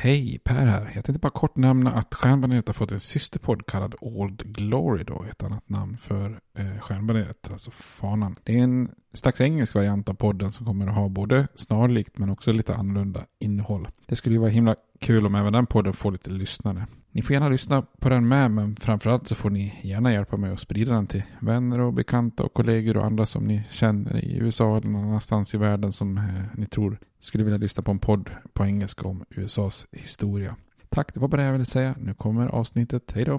Hej, Per här. Jag tänkte bara kort nämna att Stjärnbaneret har fått en systerpodd kallad Old Glory då, ett annat namn för Stjärnbaneret, alltså fanan. Det är en slags engelsk variant av podden som kommer att ha både snarlikt men också lite annorlunda innehåll. Det skulle ju vara himla kul om även den podden får lite lyssnare. Ni får gärna lyssna på den med, men framförallt så får ni gärna hjälpa mig att sprida den till vänner och bekanta och kollegor och andra som ni känner i USA eller någon annanstans i världen som ni tror skulle vilja lyssna på en podd på engelska om USAs historia. Tack, det var bara det jag ville säga. Nu kommer avsnittet. Hej då!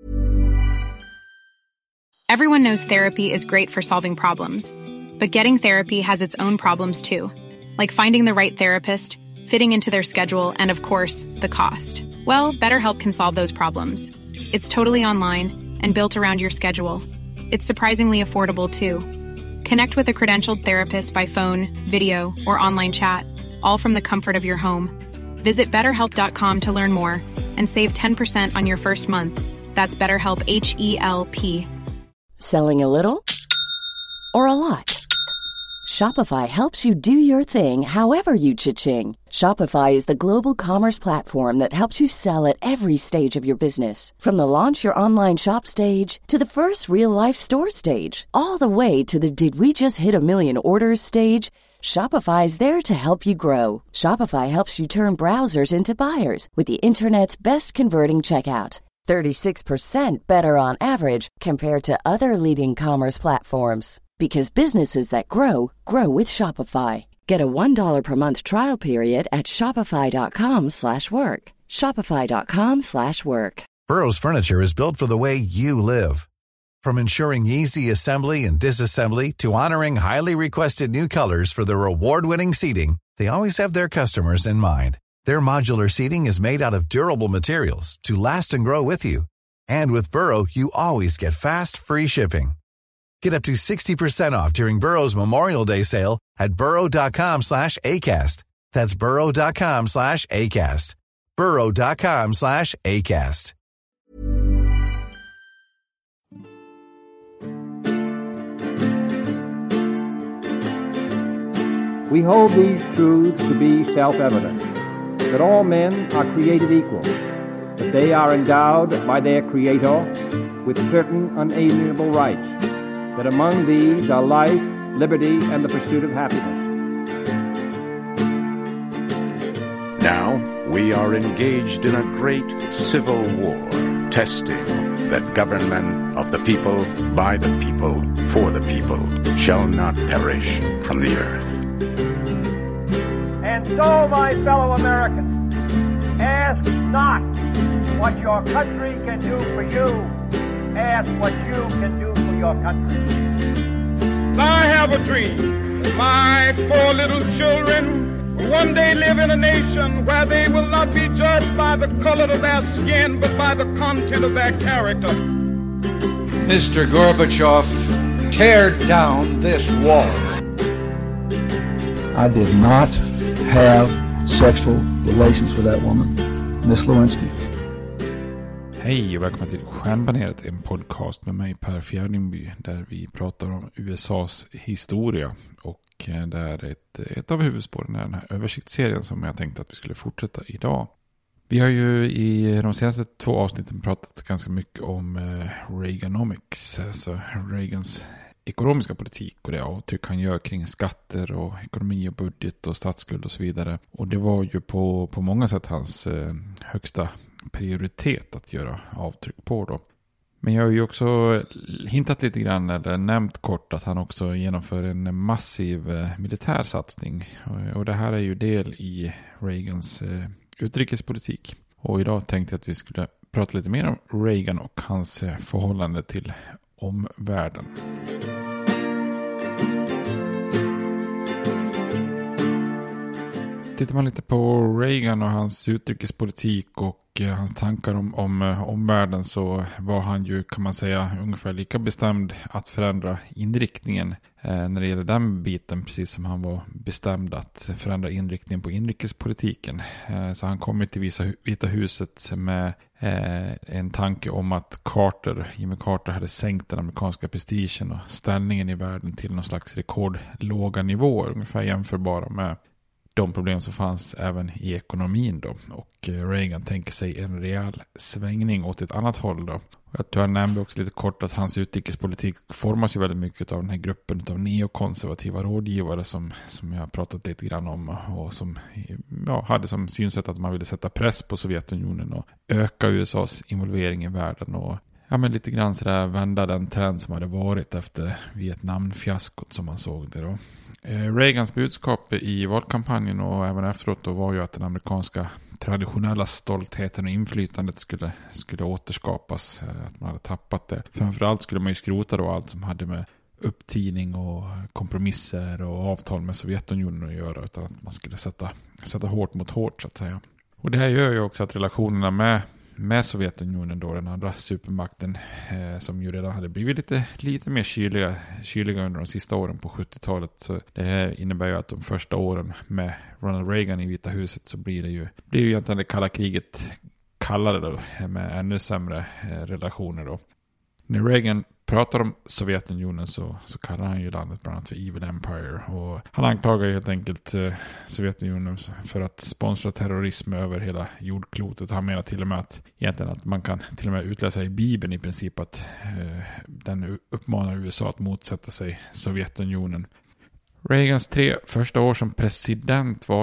Everyone knows therapy is great for solving problems. But getting therapy has its own problems too. Like finding the right therapist, fitting into their schedule, and of course, the cost. Well, BetterHelp can solve those problems. It's totally online and built around your schedule. It's surprisingly affordable too. Connect with a credentialed therapist by phone, video, or online chat, all from the comfort of your home. Visit BetterHelp.com to learn more and save 10% on your first month. That's BetterHelp, H-E-L-P. Selling a little or a lot? Shopify helps you do your thing however you cha-ching. Shopify is the global commerce platform that helps you sell at every stage of your business. From the launch your online shop stage to the first real-life store stage, all the way to the did we just hit a million orders stage. Shopify is there to help you grow. Shopify helps you turn browsers into buyers with the internet's best converting checkout. 36% better on average compared to other leading commerce platforms. Because businesses that grow, grow with Shopify. Get a $1 per month trial period at shopify.com/work. Shopify.com/work. Burrow's furniture is built for the way you live. From ensuring easy assembly and disassembly to honoring highly requested new colors for their award-winning seating, they always have their customers in mind. Their modular seating is made out of durable materials to last and grow with you. And with Burrow, you always get fast, free shipping. Get up to 60% off during Burrow's Memorial Day sale at burrow.com/ACAST. That's burrow.com/ACAST. burrow.com/ACAST. We hold these truths to be self-evident, that all men are created equal, that they are endowed by their Creator with certain unalienable rights, that among these are life, liberty, and the pursuit of happiness. Now we are engaged in a great civil war, testing that government of the people, by the people, for the people, shall not perish from the earth. And so, my fellow Americans, ask not what your country can do for you. Ask what you can do for your country. I have a dream. My 4 little children will one day live in a nation where they will not be judged by the color of their skin, but by the content of their character. Mr. Gorbachev, tear down this wall. I did not have sexual relations with that woman, Miss Lewinsky. Hej och välkommen till Stjärnbaneret, en podcast med mig Per Fjärdingby där vi pratar om USAs historia och det är ett av huvudspåren i den här översiktsserien som jag tänkte att vi skulle fortsätta idag. Vi har ju i de senaste 2 avsnitten pratat ganska mycket om Reaganomics, alltså Reagans ekonomiska politik och det avtryck han gör kring skatter och ekonomi och budget och statsskuld och så vidare. Och det var ju på många sätt hans högsta prioritet att göra avtryck på då. Men jag har ju också hintat lite grann eller nämnt kort att han också genomför en massiv militär satsning. Och det här är ju del i Reagans utrikespolitik. Och idag tänkte jag att vi skulle prata lite mer om Reagan och hans förhållande till omvärlden. Tittar man lite på Reagan och hans utrikespolitik och hans tankar om omvärlden så var han ju, kan man säga, ungefär lika bestämd att förändra inriktningen när det gäller den biten, precis som han var bestämd att förändra inriktningen på inrikespolitiken. Så han kom till Vita huset med en tanke om att Jimmy Carter hade sänkt den amerikanska prestigen och ställningen i världen till någon slags rekordlåga nivåer, ungefär jämförbara med de problem som fanns även i ekonomin då. Och Reagan tänker sig en rejäl svängning åt ett annat håll då. Jag tror jag nämnde också lite kort att hans utrikespolitik formas ju väldigt mycket av den här gruppen av neokonservativa rådgivare som jag har pratat lite grann om och som hade som synsätt att man ville sätta press på Sovjetunionen och öka USAs involvering i världen och lite grann sådär vända den trend som hade varit efter Vietnamfiaskot som man såg det då. Reagans budskap i valkampanjen och även efteråt då var ju att den amerikanska traditionella stoltheten och inflytandet skulle återskapas. Att man hade tappat det. Framförallt skulle man ju skrota då allt som hade med upptidning och kompromisser och avtal med Sovjetunionen att göra. Utan att man skulle sätta hårt mot hårt så att säga. Och det här gör ju också att relationerna med Sovjetunionen då, den andra supermakten som ju redan hade blivit lite mer kyliga under de sista åren på 70-talet. Så det här innebär ju att de första åren med Ronald Reagan i Vita huset så blir det ju egentligen det kalla kriget kallare då, med ännu sämre relationer då. När Reagan pratar om Sovjetunionen så kallar han ju landet bland annat för Evil Empire. Och han anklagar ju helt enkelt Sovjetunionen för att sponsra terrorism över hela jordklotet. Han menar till och med att man kan till och med utläsa i Bibeln i princip att den uppmanar USA att motsätta sig Sovjetunionen. Reagans 3 första år som president var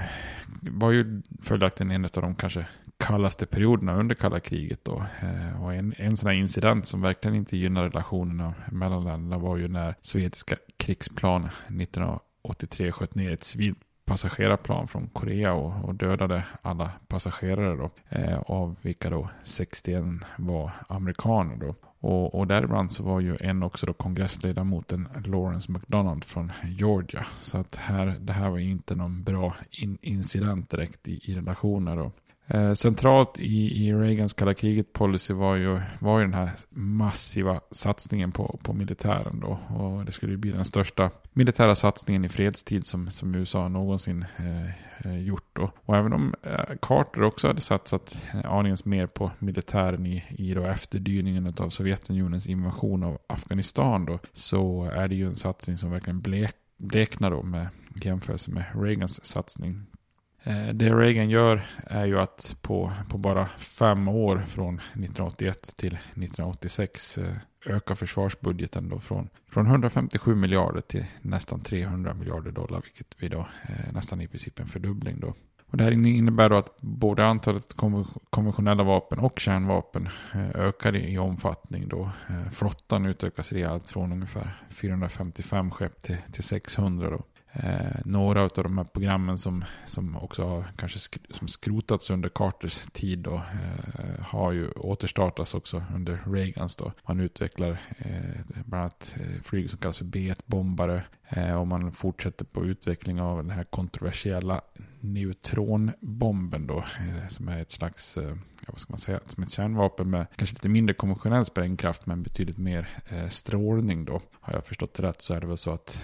ju följaktligen en av de kanske kallaste perioderna under kalla kriget då. Och en sån här incident som verkligen inte gynnar relationerna mellan länderna var ju när sovjetiska krigsplan 1983 sköt ner ett civilt passagerarplan från Korea och dödade alla passagerare då. Av vilka då 61 var amerikaner då. Och däribland så var ju en också då kongressledamoten Lawrence McDonald från Georgia. Så att det här var ju inte någon bra incident direkt i relationer då. Centralt i Reagans kalla kriget policy var ju den här massiva satsningen på militären då. Och det skulle ju bli den största militära satsningen i fredstid som USA någonsin gjort då. Och även om Carter också hade satsat aningen mer på militären i då efterdyningen av Sovjetunionens invasion av Afghanistan då, så är det ju en satsning som verkligen bleknar då med jämförelse med Reagans satsning. Det Reagan gör är ju att på bara 5 år från 1981 till 1986 öka försvarsbudgeten då från 157 miljarder till nästan 300 miljarder dollar, vilket vi då nästan i princip en fördubbling då. Och det här innebär då att både antalet konventionella vapen och kärnvapen ökar i omfattning då. Flottan utökas rejält från ungefär 455 skepp till 600 då. Några av de här programmen som också har kanske som skrotats under Carters tid då, har ju återstartats också under Reagans då. Man utvecklar bland annat flyg som kallas för B-1-bombare och man fortsätter på utveckling av den här kontroversiella neutronbomben då, som är ett slags vad ska man säga, som ett kärnvapen med kanske lite mindre konventionell sprängkraft men betydligt mer strålning då. Har jag förstått det rätt så är det väl så att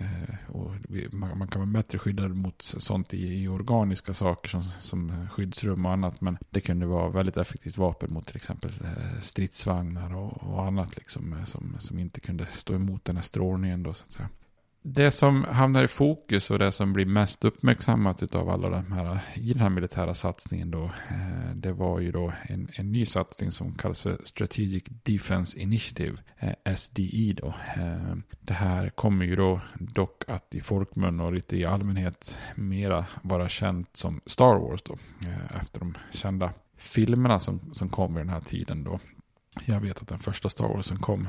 man kan vara bättre skyddad mot sånt i organiska saker som skyddsrum och annat, men det kunde vara väldigt effektivt vapen mot till exempel stridsvagnar och annat liksom, som inte kunde stå emot den här strålningen då så att säga. Det som hamnar i fokus och det som blir mest uppmärksammat utav alla de här i den här militära satsningen då, det var ju då en ny satsning som kallas för Strategic Defense Initiative, SDI då. Det här kommer ju då dock att i folkmun och lite i allmänhet mera vara känt som Star Wars då, efter de kända filmerna som kom i den här tiden då. Jag vet att den första Star Warsen kom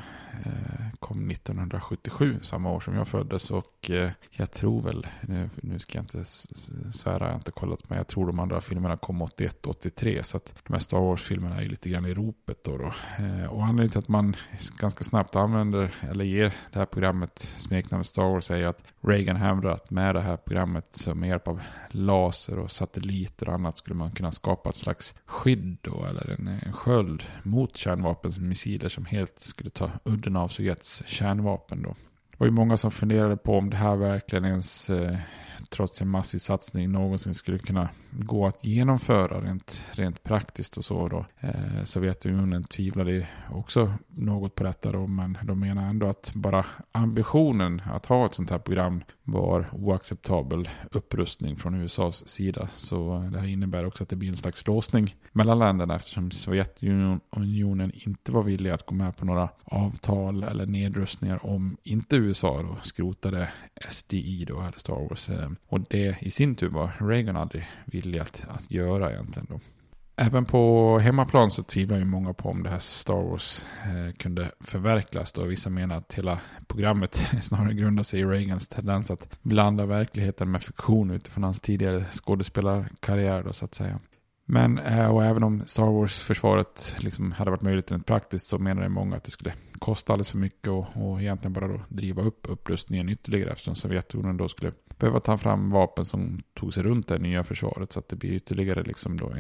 1977, samma år som jag föddes, och jag tror väl, nu ska jag inte svära, jag har inte kollat, men jag tror de andra filmerna kom 81-83, så att de här Star Wars-filmerna är ju lite grann i ropet då. Och anledningen till att man ganska snabbt använder eller ger det här programmet smeknamnet Star Wars är att Reagan hävdar att med det här programmet så med hjälp av laser och satelliter och annat skulle man kunna skapa ett slags skydd då, eller en sköld mot kärnvapenmissiler som helt skulle ta udden av Sovjets kärnvapen då. Det var ju många som funderade på om det här verkligen ens trots en massiv satsning någonsin skulle kunna gå att genomföra rent praktiskt och så då. Sovjetunionen tvivlade också något på detta då, men de menar ändå att bara ambitionen att ha ett sånt här program var oacceptabel upprustning från USAs sida. Så det här innebär också att det blir en slags låsning mellan länderna, eftersom Sovjetunionen inte var villig att gå med på några avtal eller nedrustningar om inte USA då skrotade SDI då, eller Star Wars. Och det i sin tur var Reagan aldrig villig att göra egentligen då. Även på hemmaplan så tvivlar ju många på om det här Star Wars kunde förverkligas då. Vissa menar att hela programmet snarare grundar sig i Reagans tendens att blanda verkligheten med fiktion utifrån hans tidigare skådespelarkarriär då, så att säga. Men och även om Star Wars-försvaret liksom hade varit möjligt rent praktiskt, så menar det många att det skulle kosta alldeles för mycket och egentligen bara då driva upp upprustningen ytterligare, eftersom Sovjetunionen då skulle behöva ta fram vapen som tog sig runt det nya försvaret, så att det blir ytterligare liksom då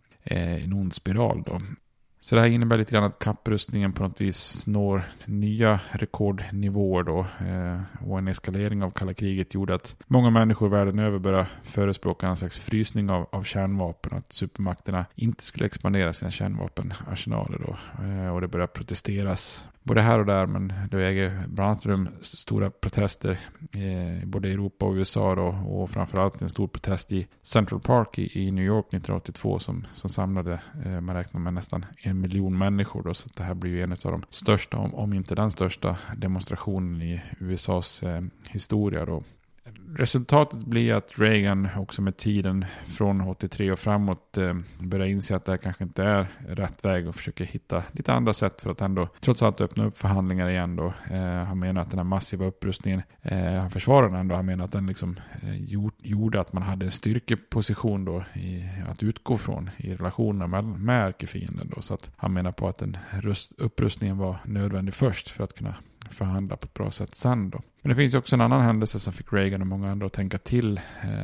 en ond spiral då. Så det här innebär lite grann att kapprustningen på något vis når nya rekordnivåer då. Och en eskalering av kalla kriget gjorde att många människor världen över började förespråka en slags frysning av kärnvapen. Att supermakterna inte skulle expandera sina kärnvapenarsenaler då. Och det började protesteras både här och där, men det äger bland annat rum stora protester både i Europa och USA då, och framförallt en stor protest i Central Park i New York 1982 som samlade, man räknar med nästan 1 miljon människor då, så det här blir ju en av de största, om inte den största demonstrationen i USAs historia då. Resultatet blir att Reagan också med tiden från 83 och framåt börjar inse att det här kanske inte är rätt väg och försöker hitta lite andra sätt för att ändå trots allt öppna upp förhandlingar igen då. Han menar att den här massiva upprustningen, han försvarar den ändå, han menar att den liksom gjorde att man hade en styrkeposition då att utgå från i relationerna med ärkefienden då, så att han menar på att den upprustningen var nödvändig först för att kunna förhandla på ett bra sätt sen då. Men det finns ju också en annan händelse som fick Reagan och många andra att tänka till.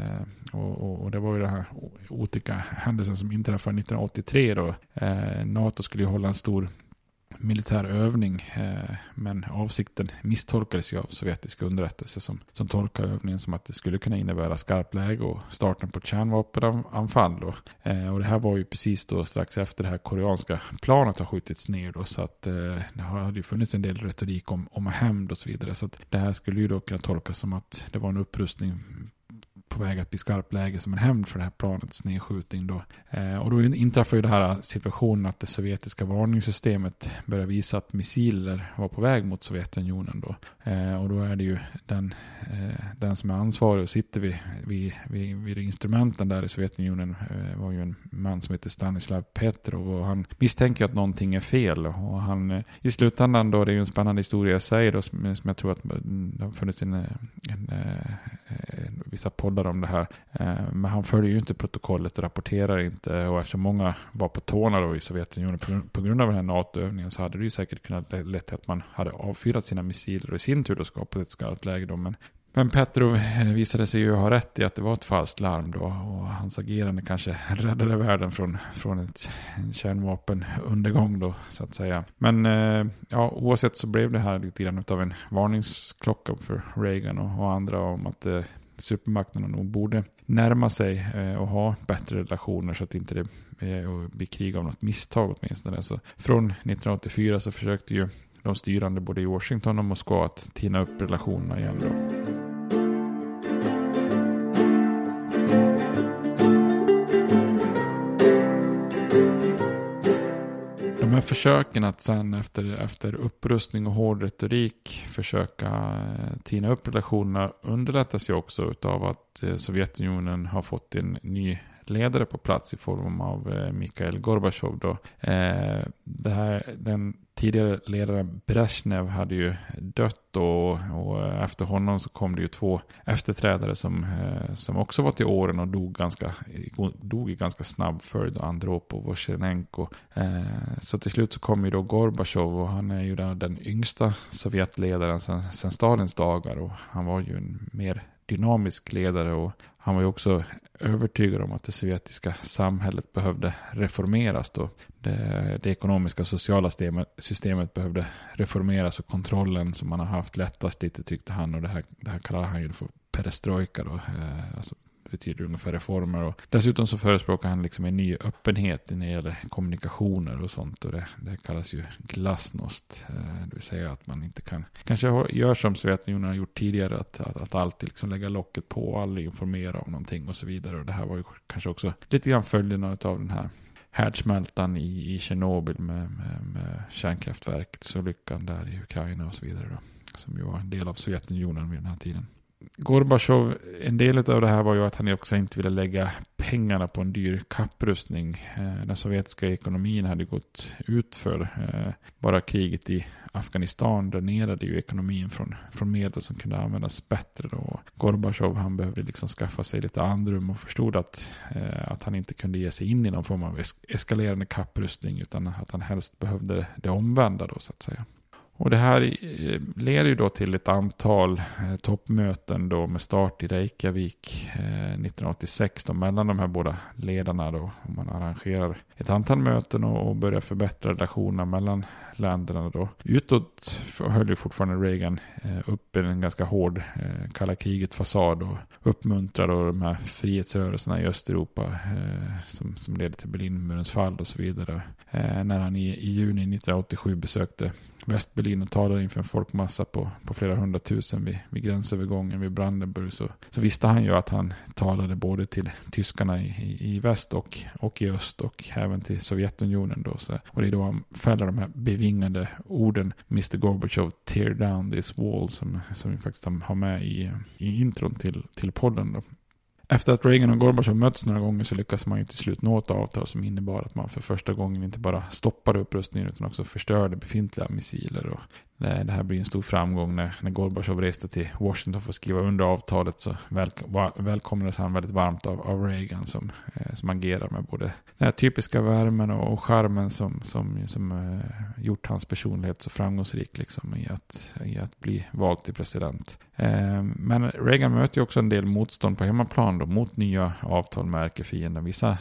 Och det var ju den här otäcka händelsen som inträffade 1983 då. NATO skulle ju hålla en stor militär övning, men avsikten misstolkades ju av sovjetiska underrättelser som tolkar övningen som att det skulle kunna innebära skarpt läge och starten på ett kärnvapenanfall då. Och det här var ju precis då strax efter det här koreanska planet har skjutits ner då, så att det hade ju funnits en del retorik om hämnd och så vidare, så att det här skulle ju då kunna tolkas som att det var en upprustning på väg att bli skarpt läge som en hämnd för det här planets nedskjutning då. Och då inträffar ju det här situationen att det sovjetiska varningssystemet börjar visa att missiler var på väg mot Sovjetunionen då. Och då är det ju den som är ansvarig och sitter vid instrumenten där i Sovjetunionen var ju en man som heter Stanislav Petrov, och han misstänker att någonting är fel, och han i slutändan då, det är ju en spännande historia i sig då, som jag tror att det har funnits vissa poddar om det här, men han följer ju inte protokollet och rapporterar inte, och eftersom många var på tårna då i Sovjetunionen på grund av den här NATO-övningen, så hade det ju säkert kunnat leda till att man hade avfyrat sina missiler och i sin tur då skapat ett skarpt läge då, men Petrov visade sig ju ha rätt i att det var ett falskt larm då, och hans agerande kanske räddade världen från en kärnvapenundergång då, så att säga. Men ja, oavsett så blev det här lite grann av en varningsklocka för Reagan och andra om att supermakterna nog borde närma sig och ha bättre relationer, så att inte det blir krig av något misstag åtminstone. Så från 1984 så försökte ju de styrande både i Washington och Moskva att tina upp relationerna igen då. De här försöken att sen efter upprustning och hård retorik försöka tina upp relationerna underlättas ju också av att Sovjetunionen har fått en ny ledare på plats i form av Mikhail Gorbachev då. Den tidigare ledaren Brezhnev hade ju dött och efter honom så kom det ju 2 efterträdare som också var till åren och dog i ganska snabb följd, Andropov och Chernenko. Så till slut så kom ju då Gorbachev, och han är ju den yngsta Sovjetledaren sedan Stalins dagar, och han var ju en mer dynamisk ledare, och han var ju också övertygad om att det sovjetiska samhället behövde reformeras då. Det ekonomiska och sociala systemet behövde reformeras, och kontrollen som man har haft lättast lite tyckte han, och det här kallar han ju för perestrojka då, alltså betyder ungefär reformer. Och dessutom så förespråkar han liksom en ny öppenhet när det gäller kommunikationer och sånt. Och det kallas ju glasnost. Det vill säga att man inte kan kanske gör som Sovjetunionen har gjort tidigare. Att alltid liksom lägga locket på och aldrig informera om någonting och så vidare. Och det här var ju kanske också lite grann följderna av den här härdsmältan i Tjernobyl med kärnkraftverksolyckan där i Ukraina och så vidare då, som ju var en del av Sovjetunionen vid den här tiden. Gorbachev, en del av det här var ju att han också inte ville lägga pengarna på en dyr kapprustning. Den sovjetiska ekonomin hade gått ut för bara kriget i Afghanistan dränerade ju ekonomin från medel som kunde användas bättre då. Gorbachev, han behövde liksom skaffa sig lite andrum och förstod att han inte kunde ge sig in i någon form av eskalerande kapprustning utan att han helst behövde det omvända då så att säga. Och det här leder ju då till ett antal toppmöten då med start i Reykjavik 1986 då, mellan de här båda ledarna då. Och man arrangerar ett antal möten och börjar förbättra relationerna mellan länderna då. Utåt höll ju fortfarande Reagan upp en ganska hård kalla kriget-fasad och uppmuntrar då de här frihetsrörelserna i Östeuropa som ledde till Berlinmurens fall och så vidare. När han i juni 1987 besökte Västberlin och talade inför en folkmassa på flera 100 000 vid gränsövergången vid Brandenburg så visste han ju att han talade både till tyskarna i väst och i öst och även till Sovjetunionen då. Och det är då han fäller de här bevingade orden Mr. Gorbachev, tear down this wall som vi faktiskt har med i intron till podden då. Efter att Reagan och Gorbachev möts några gånger så lyckas man ju till slut nå ett avtal som innebar att man för första gången inte bara stoppade upprustningen utan också förstörde befintliga missiler. Och det här blir en stor framgång när Gorbachev reste till Washington för att skriva under avtalet så välkomnades han väldigt varmt av Reagan som agerar med både den här typiska värmen och charmen som gjort hans personlighet så framgångsrik liksom i att bli vald till president. Men Reagan möter ju också en del motstånd på hemmaplan då, mot nya avtal med ärkefienden. Vissa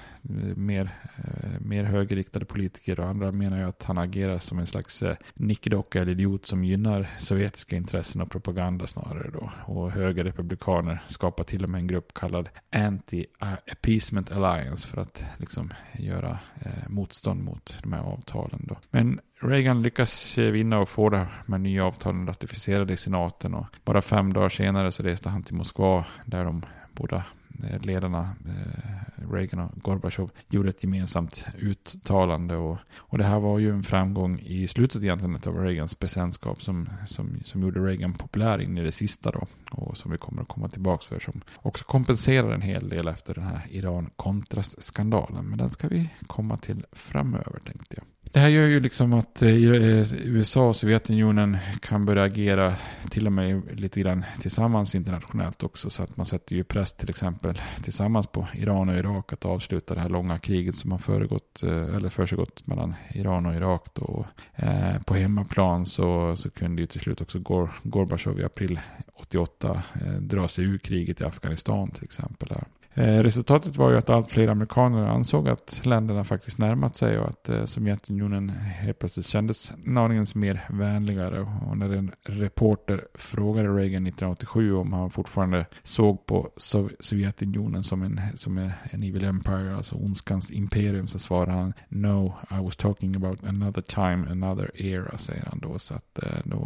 mer högerriktade politiker och andra menar ju att han agerar som en slags nickedocka eller idiot som gynnar sovjetiska intressen och propaganda snarare då. Och högerrepublikaner skapar till och med en grupp kallad Anti-Appeasement Alliance för att liksom göra motstånd mot de här avtalen då. Men Reagan lyckas vinna och få de här nya avtalen ratificerade i senaten och bara 5 dagar senare så reste han till Moskva där de båda ledarna Reagan och Gorbachev gjorde ett gemensamt uttalande och det här var ju en framgång i slutet egentligen av Reagans presidentskap som gjorde Reagan populär in i det sista då och som vi kommer att komma tillbaka för som också kompenserar en hel del efter den här Iran-Contras-skandalen men den ska vi komma till framöver tänkte jag. Det här gör ju liksom att USA och Sovjetunionen kan börja agera till och med lite grann tillsammans internationellt också så att man sätter ju press till exempel tillsammans på Iran och Irak att avsluta det här långa kriget som har försiggått mellan Iran och Irak då. På hemmaplan så kunde ju till slut också Gorbachev i april 88 dra sig ur kriget i Afghanistan till exempel här. Resultatet var ju att allt fler amerikaner ansåg att länderna faktiskt närmat sig och att Sovjetunionen helt plötsligt kändes aningens mer vänligare. Och när en reporter frågade Reagan 1987 om han fortfarande såg på Sovjetunionen som en evil empire, alltså ondskans imperium, så svarade han "No, I was talking about another time, another era", säger han då. Så att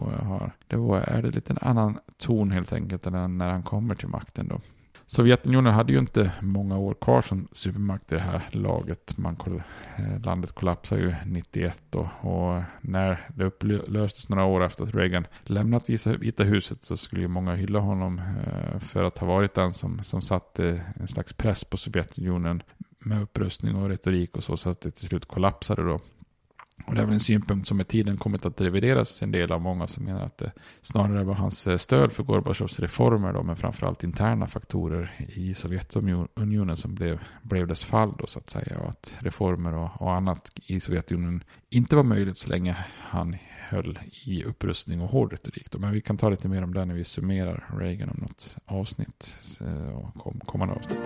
då är det lite en annan ton helt enkelt än när han kommer till makten då. Sovjetunionen hade ju inte många år kvar som supermakt i det här laget. Landet kollapsade ju 91 och när det upplöstes några år efter att Reagan lämnat Vita huset så skulle ju många hylla honom för att ha varit den som satte en slags press på Sovjetunionen med upprustning och retorik och så att det till slut kollapsade då. Och det är väl en synpunkt som med tiden kommit att revideras en del av många som menar att det snarare var hans stöd för Gorbachevs reformer då, men framförallt interna faktorer i Sovjetunionen som blev dess fall då så att säga, och att reformer och annat i Sovjetunionen inte var möjligt så länge han höll i upprustning och hård retorik då. Men vi kan ta lite mer om det när vi summerar Reagan om något avsnitt och kommande avsnitt.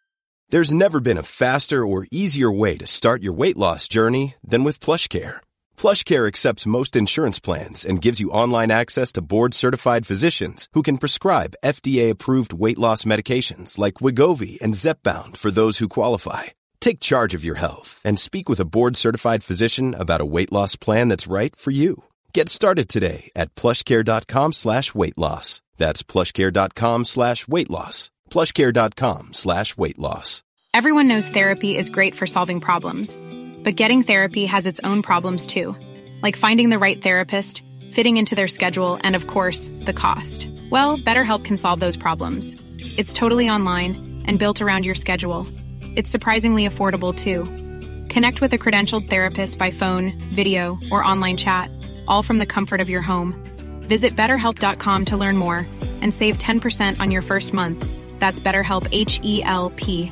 There's never been a faster or easier way to start your weight loss journey than with PlushCare. PlushCare accepts most insurance plans and gives you online access to board-certified physicians who can prescribe FDA-approved weight loss medications like Wegovy and Zepbound for those who qualify. Take charge of your health and speak with a board-certified physician about a weight loss plan that's right for you. Get started today at plushcare.com/weightloss. That's plushcare.com/weightloss. plushcare.com/weightloss. Everyone knows therapy is great for solving problems. But getting therapy has its own problems too, like finding the right therapist, fitting into their schedule, and of course, the cost. Well, BetterHelp can solve those problems. It's totally online and built around your schedule. It's surprisingly affordable too. Connect with a credentialed therapist by phone, video, or online chat, all from the comfort of your home. Visit BetterHelp.com to learn more and save 10% on your first month. That's BetterHelp, H-E-L-P.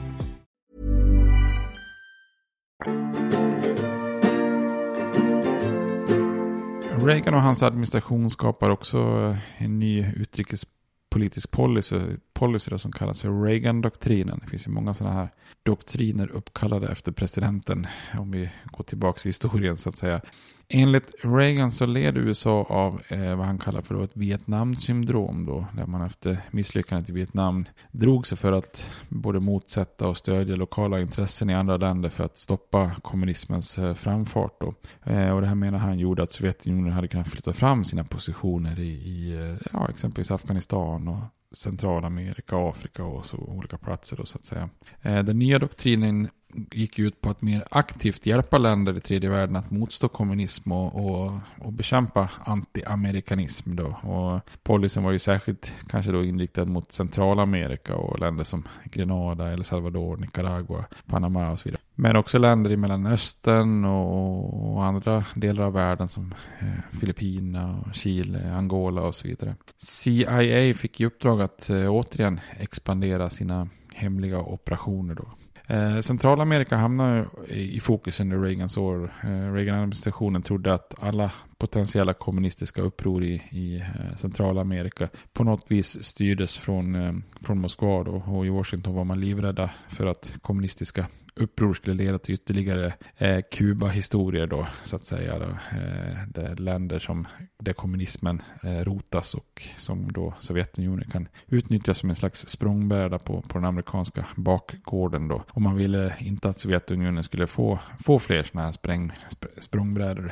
Reagan och hans administration skapar också en ny utrikespolitisk policy då, som kallas för Reagan-doktrinen. Det finns ju många sådana här doktriner uppkallade efter presidenten, om vi går tillbaka i historien så att säga. Enligt Reagan så led USA av vad han kallar för då ett Vietnam-syndrom då, där man efter misslyckandet i Vietnam drog sig för att både motsätta och stödja lokala intressen i andra länder för att stoppa kommunismens framfart då. Och det här menar han gjorde att Sovjetunionen hade kunnat flytta fram sina positioner i exempelvis Afghanistan och Centralamerika, Afrika och så olika platser då, så att säga. Den nya doktrinen gick ut på att mer aktivt hjälpa länder i tredje världen att motstå kommunism och bekämpa anti-amerikanism då. Och policyn var ju särskilt kanske då inriktad mot Centralamerika och länder som Grenada, El Salvador, Nicaragua, Panama och så vidare. Men också länder i Mellanöstern och andra delar av världen som Filippinerna, Chile, Angola och så vidare. CIA fick i uppdrag att återigen expandera sina hemliga operationer då. Centralamerika hamnade i fokus under Reagans år. Reagan-administrationen trodde att alla potentiella kommunistiska uppror i Centralamerika på något vis styrdes från Moskva då, och i Washington var man livrädda för att kommunistiska uppror skulle leda till ytterligare Kuba-historier då, så att säga. Då. Det länder där kommunismen rotas och som då Sovjetunionen kan utnyttja som en slags språngbräda på den amerikanska bakgården då. Och man ville inte att Sovjetunionen skulle få fler sådana här språngbrädor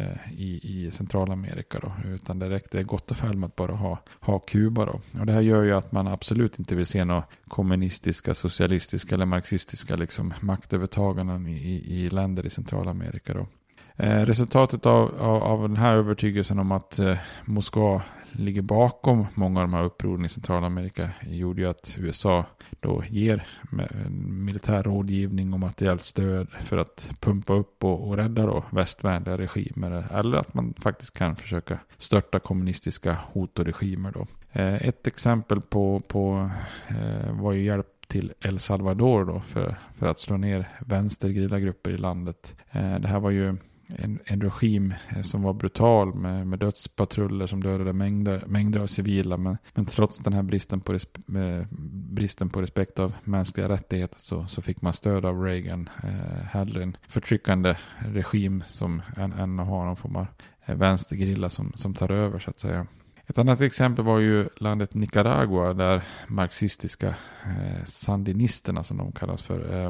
i Centralamerika då, utan det räckte gott och väl med att bara ha Kuba då. Och det här gör ju att man absolut inte vill se några kommunistiska, socialistiska eller marxistiska liksom maktövertaganden i länder i Centralamerika då. Resultatet av den här övertygelsen om att Moskva ligger bakom många av de här upproren i Centralamerika gjorde ju att USA då ger militär rådgivning och materiellt stöd för att pumpa upp och rädda då västvänliga regimer, eller att man faktiskt kan försöka störta kommunistiska hot och regimer då. Ett exempel på var ju hjälp till El Salvador då för att slå ner vänstergerillagrupper i landet. Det här var ju en regim som var brutal med dödspatruller som dödade mängder av civila, men trots den här bristen på respekt av mänskliga rättigheter så fick man stöd av Reagan, hellre en förtryckande regim som än att ha någon form av vänstergerilla som tar över så att säga. Ett annat exempel var ju landet Nicaragua, där marxistiska sandinisterna som de kallas för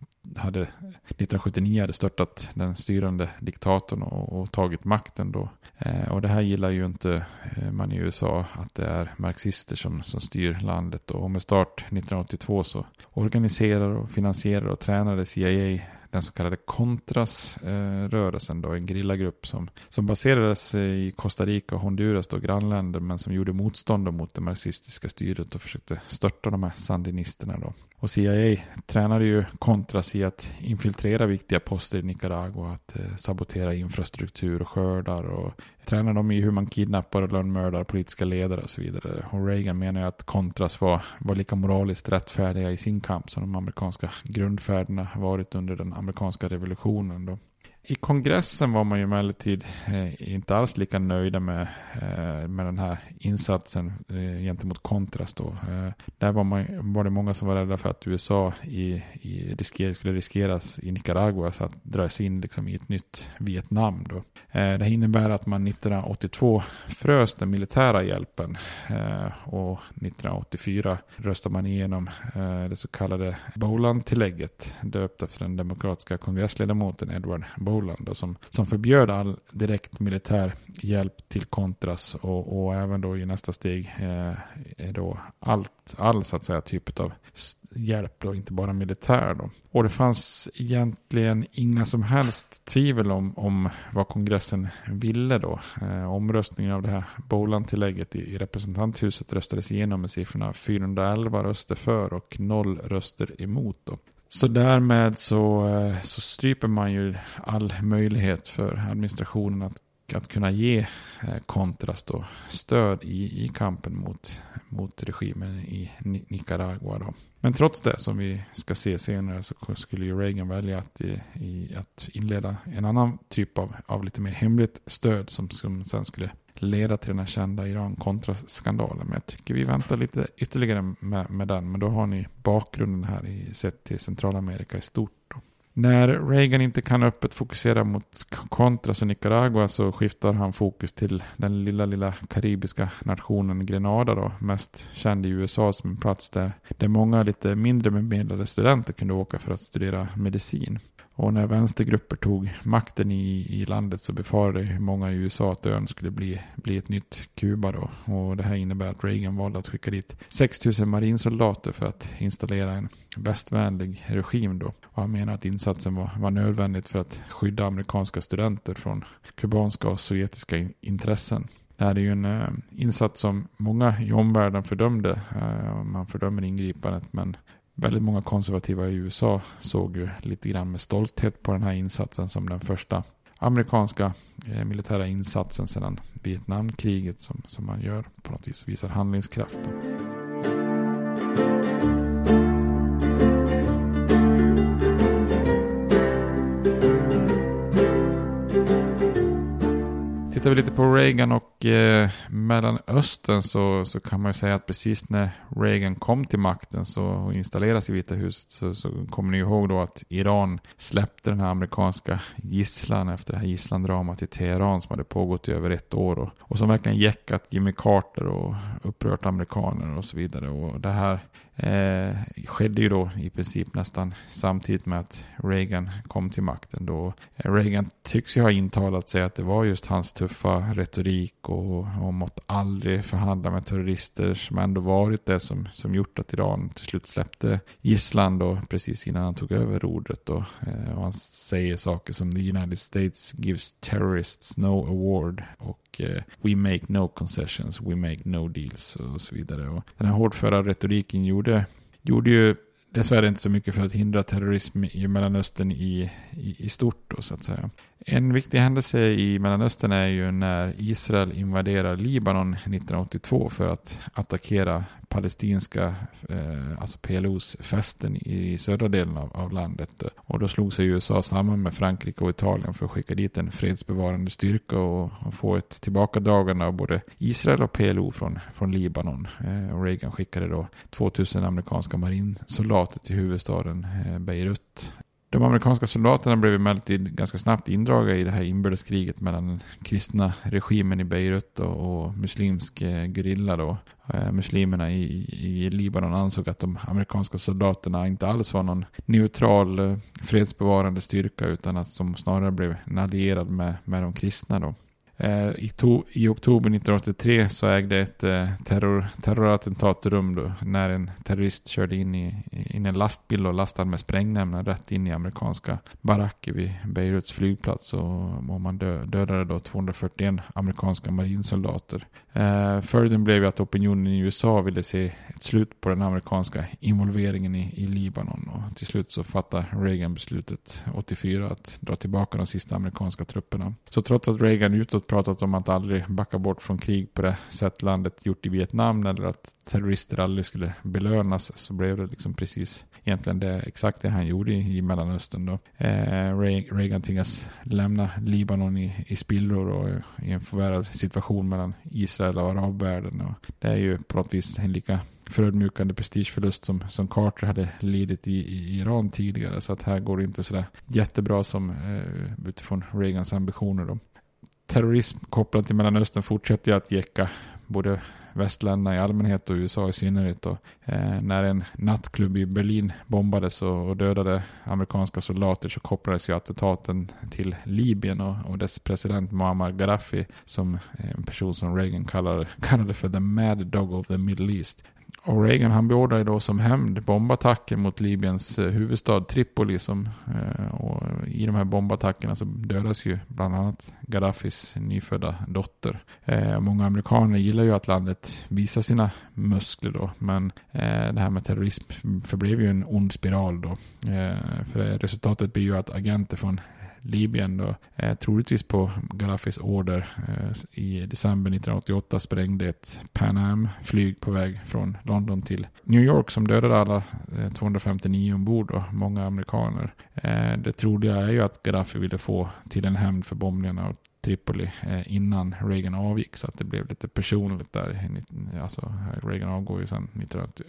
1979 hade störtat den styrande diktatorn och tagit makten då. Och det här gillar ju inte man i USA, att det är marxister som styr landet. Och med start 1982 så organiserar och finansierar och tränade CIA den så kallade Contras-rörelsen då, en gerillagrupp som baserades i Costa Rica och Honduras då, grannländer, men som gjorde motstånd mot det marxistiska styret och försökte störta de här sandinisterna då. Och CIA tränade ju Contras i att infiltrera viktiga poster i Nicaragua, att sabotera infrastruktur och skördar, och tränade dem i hur man kidnappar och lönnmördar politiska ledare och så vidare. Och Reagan menar ju att Contras var lika moraliskt rättfärdiga i sin kamp som de amerikanska grundfärderna varit under den amerikanska revolutionen då. I kongressen var man ju emellertid inte alls lika nöjda med den här insatsen gentemot Contras då. Där var det många som var rädda för att USA skulle riskeras i Nicaragua, så att dras in liksom i ett nytt Vietnam då. Det innebär att man 1982 frös den militära hjälpen och 1984 röstade man igenom det så kallade Boland-tillägget, döpt efter den demokratiska kongressledamoten Edward Boland då, som förbjöd all direkt militär hjälp till Contras och även då i nästa steg är då all så att säga typ av hjälp då, inte bara militär då. Och det fanns egentligen inga som helst tvivel om vad kongressen ville då. Omröstningen av det här Boland-tillägget i representanthuset röstades igenom med siffrorna 411 röster för och 0 röster emot då. Så därmed så stryper man ju all möjlighet för administrationen att kunna ge Contras då stöd i kampen mot regimen i Nicaragua då. Men trots det, som vi ska se senare, så skulle ju Reagan välja att inleda en annan typ av lite mer hemligt stöd som sen skulle leda till den här kända Iran-Contras-skandalen. Men jag tycker vi väntar lite ytterligare med den. Men då har ni bakgrunden här sett till Centralamerika i stort då. När Reagan inte kan öppet fokusera mot Contras och Nicaragua så skiftar han fokus till den lilla karibiska nationen Grenada då, mest känd i USA som en plats där många lite mindre bemedlade studenter kunde åka för att studera medicin. Och när vänstergrupper tog makten i landet så befarade många i USA att ön skulle bli ett nytt Kuba då. Och det här innebär att Reagan valde att skicka dit 6 000 marinsoldater för att installera en västvänlig regim då. Och han menar att insatsen var nödvändigt för att skydda amerikanska studenter från kubanska och sovjetiska intressen. Det här är ju en insats som många i omvärlden fördömde. Man fördömer ingripandet, men väldigt många konservativa i USA såg ju lite grann med stolthet på den här insatsen som den första amerikanska militära insatsen sedan Vietnamkriget som man gör på något vis, visar handlingskraft då. Tittar vi lite på Reagan och Mellanöstern så kan man ju säga att precis när Reagan kom till makten och installeras i Vita huset så kommer ni ihåg då att Iran släppte den här amerikanska gisslan efter det här gisslandramat i Teheran som hade pågått i över 1 år och som verkligen jäckat Jimmy Carter och upprört amerikaner och så vidare. Och det här skedde ju då i princip nästan samtidigt med att Reagan kom till makten då. Reagan tycks ju ha intalat sig att det var just hans tuffa retorik och om att aldrig förhandla med terrorister som ändå varit det som gjort att Iran till slut släppte gisslan då precis innan han tog över rodret då. Och han säger saker som the United States gives terrorists no award och we make no concessions, we make no deals och så vidare. Och den här hårdföra retoriken gjorde ju dessvärre inte så mycket för att hindra terrorism i Mellanöstern i stort då, så att säga. En viktig händelse i Mellanöstern är ju när Israel invaderar Libanon 1982 för att attackera palestinska, alltså PLOs fästen i södra delen av landet. Och då slog sig USA samman med Frankrike och Italien för att skicka dit en fredsbevarande styrka och få ett tillbakadragande av både Israel och PLO från Libanon. Och Reagan skickade då 2000 amerikanska marinsoldater till huvudstaden Beirut. De amerikanska soldaterna blev emellertid ganska snabbt indragna i det här inbördeskriget mellan den kristna regimen i Beirut och muslimsk gerilla då. Muslimerna i Libanon ansåg att de amerikanska soldaterna inte alls var någon neutral fredsbevarande styrka utan att de snarare blev allierad med de kristna då. I oktober 1983 så ägde ett terrorattentat rum då, när en terrorist körde in i en lastbil och lastade med sprängämnen rätt in i amerikanska baracker vid Beiruts flygplats och man dödade då 241 amerikanska marinsoldater. Följden blev att opinionen i USA ville se ett slut på den amerikanska involveringen i Libanon och till slut så fattade Reagan beslutet 84 att dra tillbaka de sista amerikanska trupperna. Så trots att Reagan utåt pratat om att aldrig backa bort från krig på det sätt landet gjort i Vietnam, eller att terrorister aldrig skulle belönas, så blev det liksom precis egentligen exakt det han gjorde i Mellanöstern då. Reagan tvingas lämna Libanon i spillror och i en förvärrad situation mellan Israel och arabvärlden, och det är ju på något vis en lika förödmjukande prestigeförlust som Carter hade lidit i Iran tidigare, så att här går det inte sådär jättebra som utifrån Reagans ambitioner då. Terrorism kopplat till Mellanöstern fortsätter ju att gäcka både västländerna i allmänhet och USA i synnerhet då. När en nattklubb i Berlin bombades och dödade amerikanska soldater, så kopplades ju attentaten till Libyen och dess president Muammar Gaddafi, som en person som Reagan kallade för the mad dog of the Middle East. Och Reagan, han beordrade då som hämnd bombattacker mot Libyens huvudstad Tripoli, och i de här bombattackerna så dödas ju bland annat Gaddafis nyfödda dotter. Många amerikaner gillar ju att landet visar sina muskler då, men det här med terrorism förblev ju en ond spiral då. För resultatet blir ju att agenter från Libyen då, troligtvis på Gaddafis order, i december 1988 sprängde ett Pan Am-flyg på väg från London till New York, som dödade alla 259 ombord och många amerikaner. Det troliga är ju att Gaddafi ville få till en hämnd för bombningarna av Tripoli innan Reagan avgick, så att det blev lite personligt där. Alltså Reagan avgår ju sedan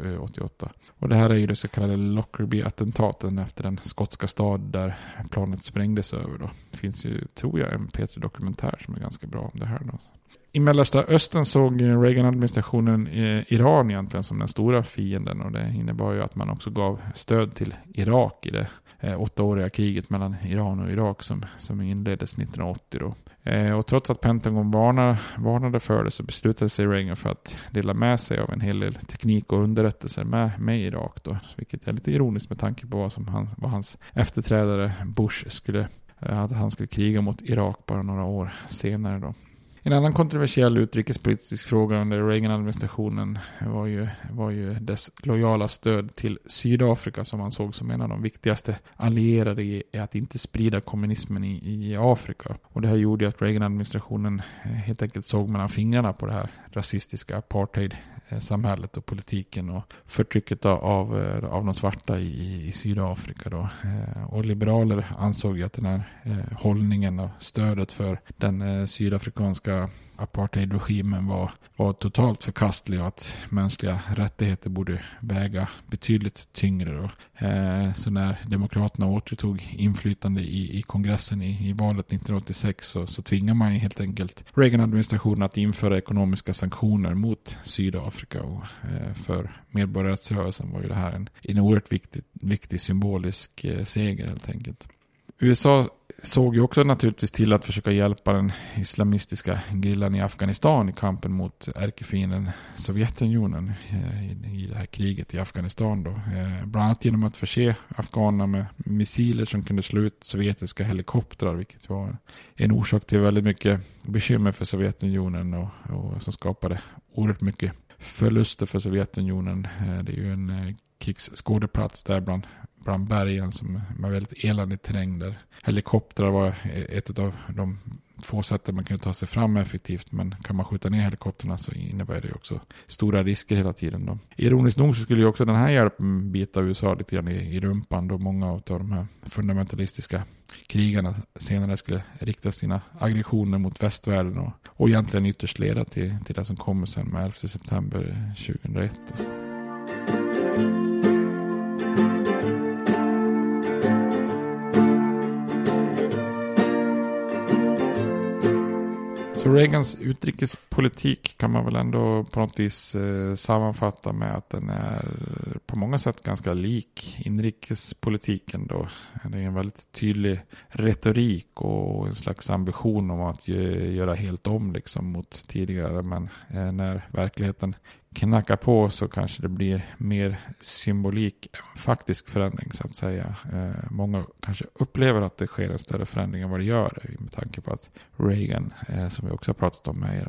1988. Och det här är ju det så kallade Lockerbie-attentaten efter den skotska stad där planet sprängdes över då. Det finns ju, tror jag, en P3-dokumentär som är ganska bra om det här då. I Mellersta Östern såg Reagan-administrationen Iran egentligen som den stora fienden, och det innebar ju att man också gav stöd till Irak i det 8-åriga kriget mellan Iran och Irak som inleddes 1980 då. Och trots att Pentagon varnade för det, så beslutade sig Reagan för att dela med sig av en hel del teknik och underrättelser med Irak då, vilket är lite ironiskt med tanke på vad hans efterträdare Bush att han skulle kriga mot Irak bara några år senare då. En annan kontroversiell utrikespolitisk fråga under Reagan-administrationen var ju dess lojala stöd till Sydafrika, som man såg som en av de viktigaste allierade i att inte sprida kommunismen i Afrika. Och det här gjorde att Reagan-administrationen helt enkelt såg mellan fingrarna på det här rasistiska apartheid-samhället och politiken och förtrycket av de svarta i Sydafrika då. Och liberaler ansåg ju att den här hållningen och stödet för den sydafrikanska apartheidregimen var totalt förkastlig, och att mänskliga rättigheter borde väga betydligt tyngre då. Så när demokraterna återtog inflytande i kongressen i valet 1986 så tvingar man helt enkelt Reagan-administrationen att införa ekonomiska sanktioner mot Sydafrika, och för medborgarrättsrörelsen var ju det här en oerhört viktig symbolisk seger helt enkelt. USA såg ju också naturligtvis till att försöka hjälpa den islamistiska grillan i Afghanistan i kampen mot ärkefienden Sovjetunionen i det här kriget i Afghanistan då. Bland annat genom att förse afghanerna med missiler som kunde slå ut sovjetiska helikoptrar, vilket var en orsak till väldigt mycket bekymmer för Sovjetunionen och som skapade oerhört mycket förluster för Sovjetunionen. Det är ju en krigsskådeplats där bland bergen som var väldigt eländig terräng, där helikoptrar var ett av de få sätten man kunde ta sig fram effektivt, men kan man skjuta ner helikopterna så innebär det också stora risker hela tiden då. Ironiskt nog så skulle ju också den här hjälpen bita USA lite grann i rumpan, då många av de här fundamentalistiska krigarna senare skulle rikta sina aggressioner mot västvärlden och egentligen ytterst leda till det som kommer sen med 11 september 2001 alltså. Så Reagans utrikespolitik kan man väl ändå på något vis sammanfatta med att den är på många sätt ganska lik inrikespolitiken då. Det är en väldigt tydlig retorik och en slags ambition om att göra helt om liksom mot tidigare, men när verkligheten knackar på så kanske det blir mer symbolik än faktisk förändring så att säga. Många kanske upplever att det sker en större förändring än vad det gör med tanke på att Reagan, som vi också har pratat om, är i den här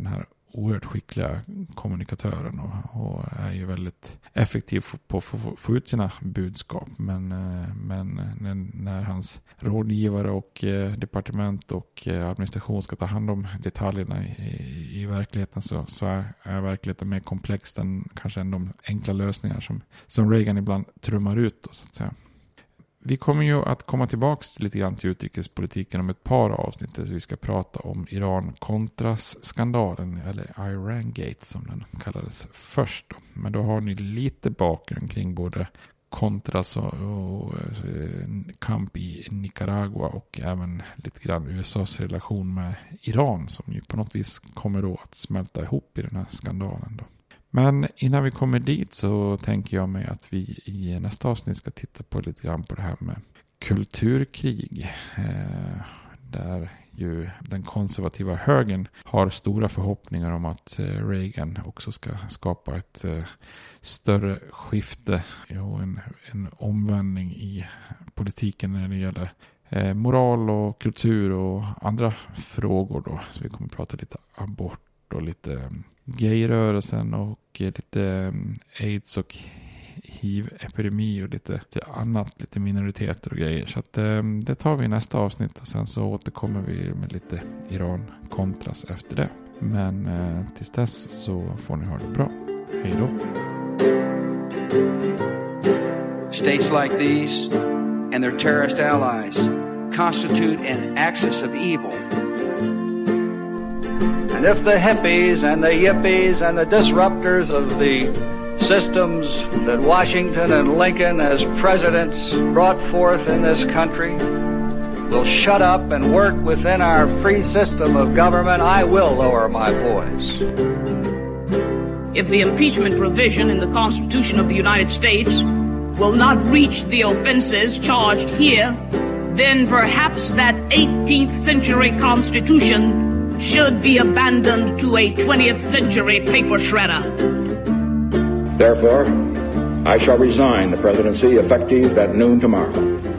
oerhört skickliga kommunikatören och är ju väldigt effektiv på att få ut sina budskap. Men när hans rådgivare och departement och administration ska ta hand om detaljerna i verkligheten så är verkligheten mer komplex än kanske än de enkla lösningar som Reagan ibland trummar ut då, så att säga. Vi kommer ju att komma tillbaka lite grann till utrikespolitiken om ett par avsnitt. Så vi ska prata om Iran-Contras-skandalen, eller Iran-gate som den kallades först då. Men då har ni lite bakgrund kring både Contras och kamp i Nicaragua och även lite grann USAs relation med Iran som ju på något vis kommer då att smälta ihop i den här skandalen då. Men innan vi kommer dit så tänker jag mig att vi i nästa avsnitt ska titta på lite grann på det här med kulturkrig. Där ju den konservativa högern har stora förhoppningar om att Reagan också ska skapa ett större skifte och en omvändning i politiken när det gäller moral och kultur och andra frågor då. Så vi kommer att prata lite abort och lite gayrörelsen och lite AIDS och HIV-epidemi och lite annat, lite minoriteter och grejer. Så att, det tar vi i nästa avsnitt och sen så återkommer vi med lite Iran-Contras efter det. Men tills dess så får ni ha det bra. Hej då! States like these and their terrorist allies constitute an axis of evil. And if the hippies and the yippies and the disruptors of the systems that Washington and Lincoln as presidents brought forth in this country will shut up and work within our free system of government, I will lower my voice. If the impeachment provision in the Constitution of the United States will not reach the offenses charged here, then perhaps that 18th century Constitution should be abandoned to a 20th century paper shredder. Therefore, I shall resign the presidency effective at noon tomorrow.